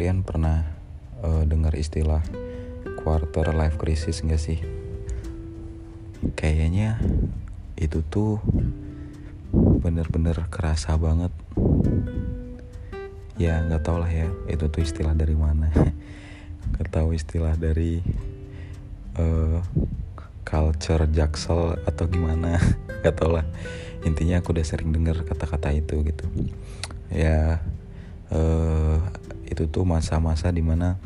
Kalian pernah dengar istilah quarter life crisis gak sih? Kayaknya itu tuh bener-bener kerasa banget. Ya gak tau lah ya, itu tuh istilah dari mana. Gak tahu istilah dari culture Jaksel atau gimana. Gak tau lah. Intinya aku udah sering dengar kata-kata itu gitu. Ya itu tuh masa-masa dimana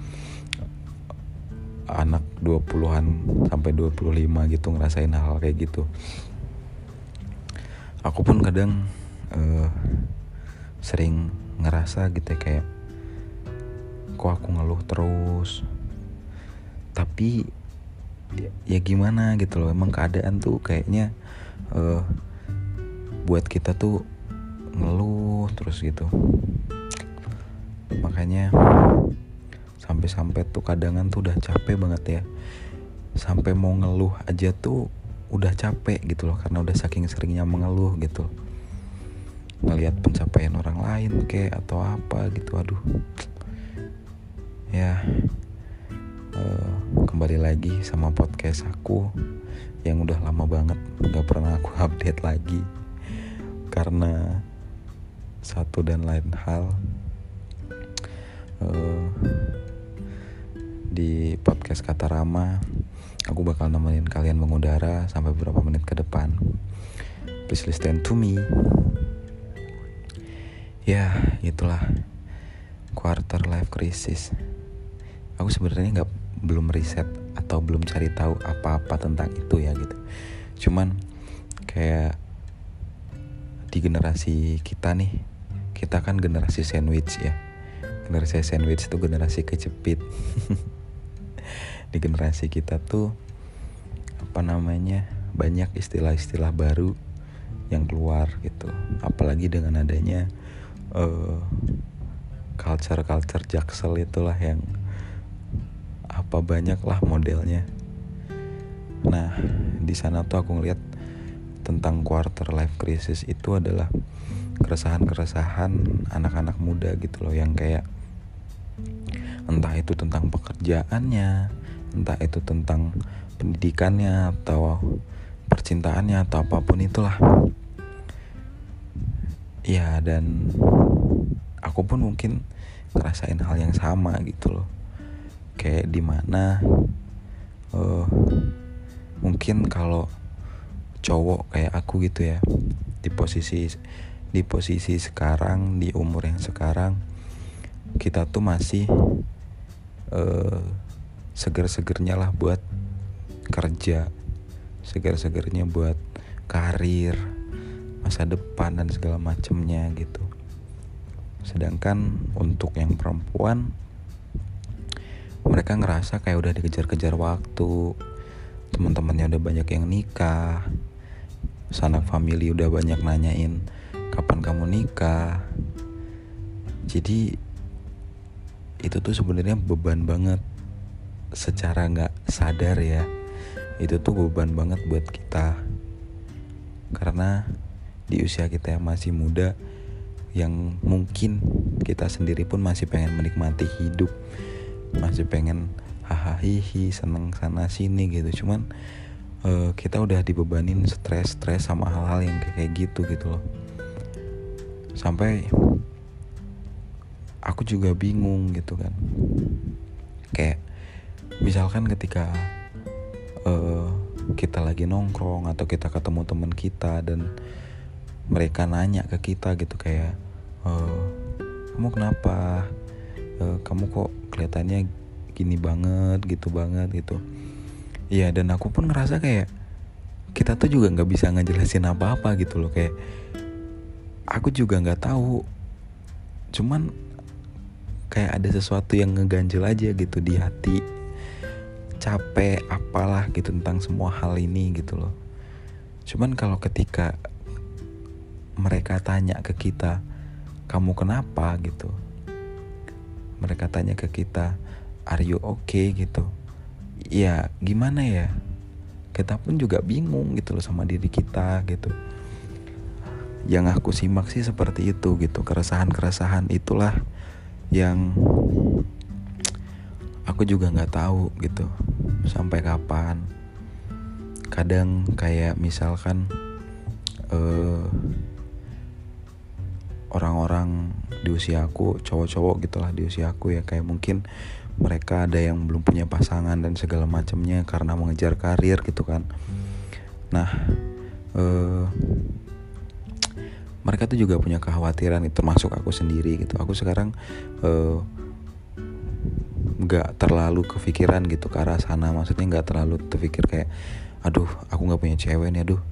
anak 20-an sampai 25 gitu ngerasain hal kayak gitu. Aku pun kadang sering ngerasa gitu ya, kayak kok aku ngeluh terus, tapi ya gimana gitu loh. Emang keadaan tuh kayaknya buat kita tuh ngeluh terus gitu. Makanya sampai tuh kadangan tuh udah capek banget ya, sampai mau ngeluh aja tuh udah capek gitu loh, karena udah saking seringnya mengeluh gitu, ngelihat pencapaian orang lain kayak atau apa gitu. Aduh ya, kembali lagi sama podcast aku yang udah lama banget gak pernah aku update lagi karena satu dan lain hal. Di podcast Kata Rama aku bakal nemenin kalian mengudara sampai beberapa menit ke depan. Please listen to me. Ya itulah quarter life crisis. Aku sebenarnya belum riset atau belum cari tahu apa-apa tentang itu ya gitu. Cuman kayak di generasi kita nih, kita kan generasi sandwich ya. Generasi sandwich itu generasi kejepit. Di generasi kita tuh banyak istilah-istilah baru yang keluar gitu. Apalagi dengan adanya culture Jaksel itulah yang banyak lah modelnya. Nah di sana tuh aku ngeliat tentang quarter life crisis itu adalah keresahan anak-anak muda gitu loh, yang kayak entah itu tentang pekerjaannya, entah itu tentang pendidikannya atau percintaannya atau apapun itulah. Ya dan aku pun mungkin ngerasain hal yang sama gitu loh. Kayak dimana mungkin kalau cowok kayak aku gitu ya, di posisi sekarang, di umur yang sekarang, kita tuh masih seger-segernya lah buat kerja, seger-segernya buat karir, masa depan dan segala macemnya gitu. Sedangkan untuk yang perempuan, mereka ngerasa kayak udah dikejar-kejar waktu, teman-temannya udah banyak yang nikah, sanak famili udah banyak nanyain kapan kamu nikah. Jadi itu tuh sebenarnya beban banget secara nggak sadar ya. Itu tuh beban banget buat kita, karena di usia kita yang masih muda, yang mungkin kita sendiri pun masih pengen menikmati hidup, masih pengen hahaha seneng sana sini gitu. Cuman kita udah dibebanin stres sama hal-hal yang kayak gitu loh. Sampai aku juga bingung gitu kan. Kayak misalkan ketika kita lagi nongkrong atau kita ketemu teman kita dan mereka nanya ke kita gitu, kayak kamu kenapa, kamu kok kelihatannya gini banget gitu. Iya, dan aku pun ngerasa kayak kita tuh juga nggak bisa ngejelasin apa-apa gitu loh. Kayak aku juga nggak tahu, cuman kayak ada sesuatu yang ngeganjel aja gitu di hati, capek apalah gitu tentang semua hal ini gitu loh. Cuman kalau ketika mereka tanya ke kita, kamu kenapa gitu, mereka tanya ke kita, are you okay gitu, ya gimana ya, kita pun juga bingung gitu loh sama diri kita gitu. Yang aku simak sih seperti itu gitu. Keresahan itulah yang aku juga nggak tahu gitu sampai kapan. Kadang kayak misalkan orang-orang di usia aku, cowok-cowok gitulah di usia aku ya, kayak mungkin mereka ada yang belum punya pasangan dan segala macamnya karena mengejar karir gitu kan. Nah, mereka tuh juga punya kekhawatiran, termasuk aku sendiri gitu. Aku sekarang nggak terlalu kepikiran gitu ke arah sana, maksudnya nggak terlalu terpikir kayak, aduh aku nggak punya cewek nih, aduh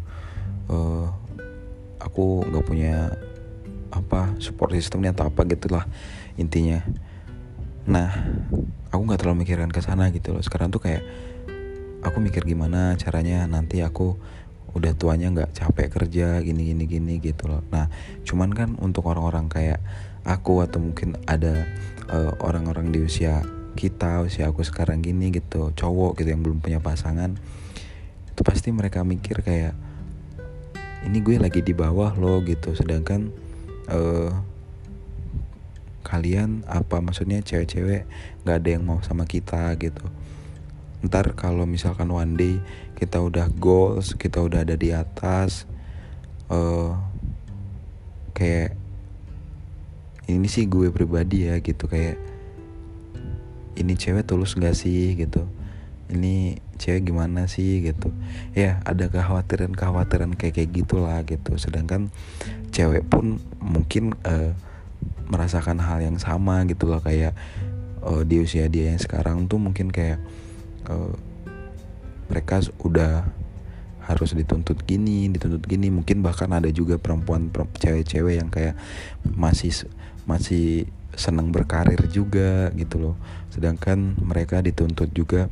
aku nggak punya support systemnya atau apa gitulah intinya. Nah, aku nggak terlalu mikirin ke sana gitu loh. Sekarang tuh kayak aku mikir gimana caranya nanti aku udah tuanya nggak capek kerja gini gitu loh. Nah, cuman kan untuk orang-orang kayak aku atau mungkin ada orang-orang di usia aku sekarang gini gitu, cowok gitu yang belum punya pasangan, itu pasti mereka mikir kayak, ini gue lagi di bawah loh gitu, sedangkan kalian maksudnya cewek-cewek nggak ada yang mau sama kita gitu. Ntar kalau misalkan one day kita udah goals, kita udah ada di atas, kayak ini sih gue pribadi ya gitu, kayak ini cewek tulus gak sih gitu, ini cewek gimana sih gitu ya, ada kekhawatiran kayak gitulah gitu. Sedangkan cewek pun mungkin merasakan hal yang sama gitu loh, kayak di usia dia yang sekarang tuh mungkin kayak mereka udah harus dituntut gini, mungkin bahkan ada juga perempuan cewek-cewek yang kayak masih senang berkarir juga gitu loh, sedangkan mereka dituntut juga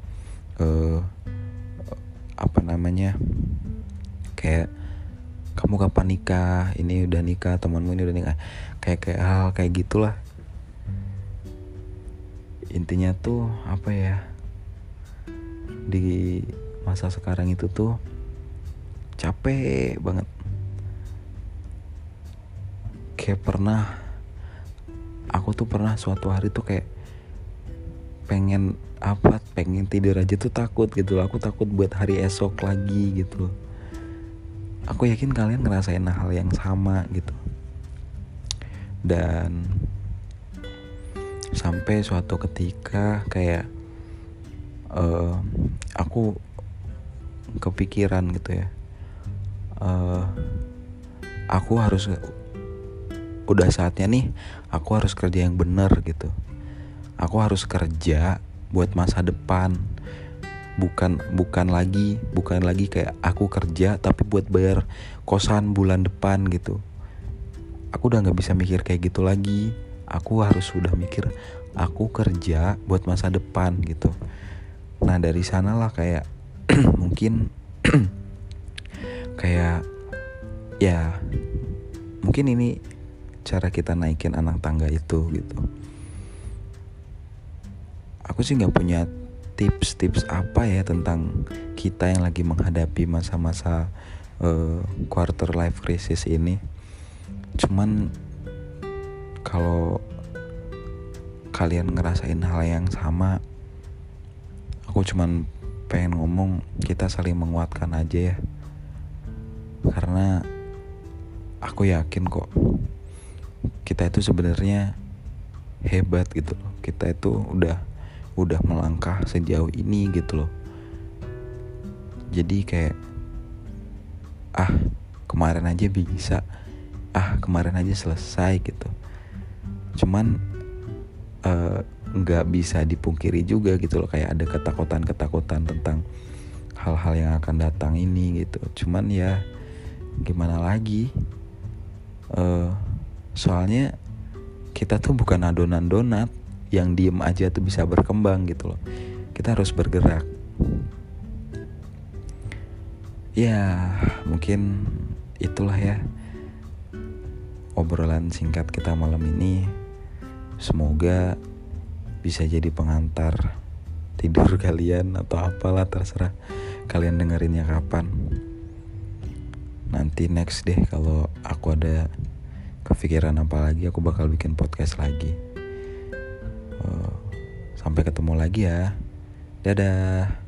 kayak kamu kapan nikah, ini udah nikah, temanmu ini udah nikah, kayak hal kayak gitulah. Intinya tuh di masa sekarang itu tuh capek banget. Kayak aku tuh pernah suatu hari tuh kayak pengen tidur aja tuh takut gitu loh. Aku takut buat hari esok lagi gitu loh. Aku yakin kalian ngerasain hal yang sama gitu. Dan sampai suatu ketika kayak aku kepikiran gitu ya, aku harus, udah saatnya nih aku harus kerja yang benar gitu. Aku harus kerja buat masa depan, bukan lagi kayak aku kerja tapi buat bayar kosan bulan depan gitu. Aku udah nggak bisa mikir kayak gitu lagi. Aku harus udah mikir aku kerja buat masa depan gitu. Nah, dari sanalah kayak mungkin kayak ya mungkin ini cara kita naikin anak tangga itu gitu. Aku sih nggak punya tips apa ya tentang kita yang lagi menghadapi masa-masa quarter life crisis ini. Cuman kalau kalian ngerasain hal yang sama, aku cuman pengen ngomong kita saling menguatkan aja ya. Karena aku yakin kok kita itu sebenarnya hebat gitu loh. Kita itu udah melangkah sejauh ini gitu loh. Jadi kayak kemarin aja bisa, kemarin aja selesai gitu. Cuman nggak bisa dipungkiri juga gitu loh, kayak ada ketakutan tentang hal-hal yang akan datang ini gitu. Cuman ya gimana lagi, soalnya kita tuh bukan adonan donat yang diem aja tuh bisa berkembang gitu loh. Kita harus bergerak. Ya mungkin itulah ya obrolan singkat kita malam ini. Semoga bisa jadi pengantar tidur kalian atau apalah, terserah kalian dengerinnya kapan. Nanti next deh kalau aku ada kepikiran apa lagi, aku bakal bikin podcast lagi. Sampai ketemu lagi ya. Dadah.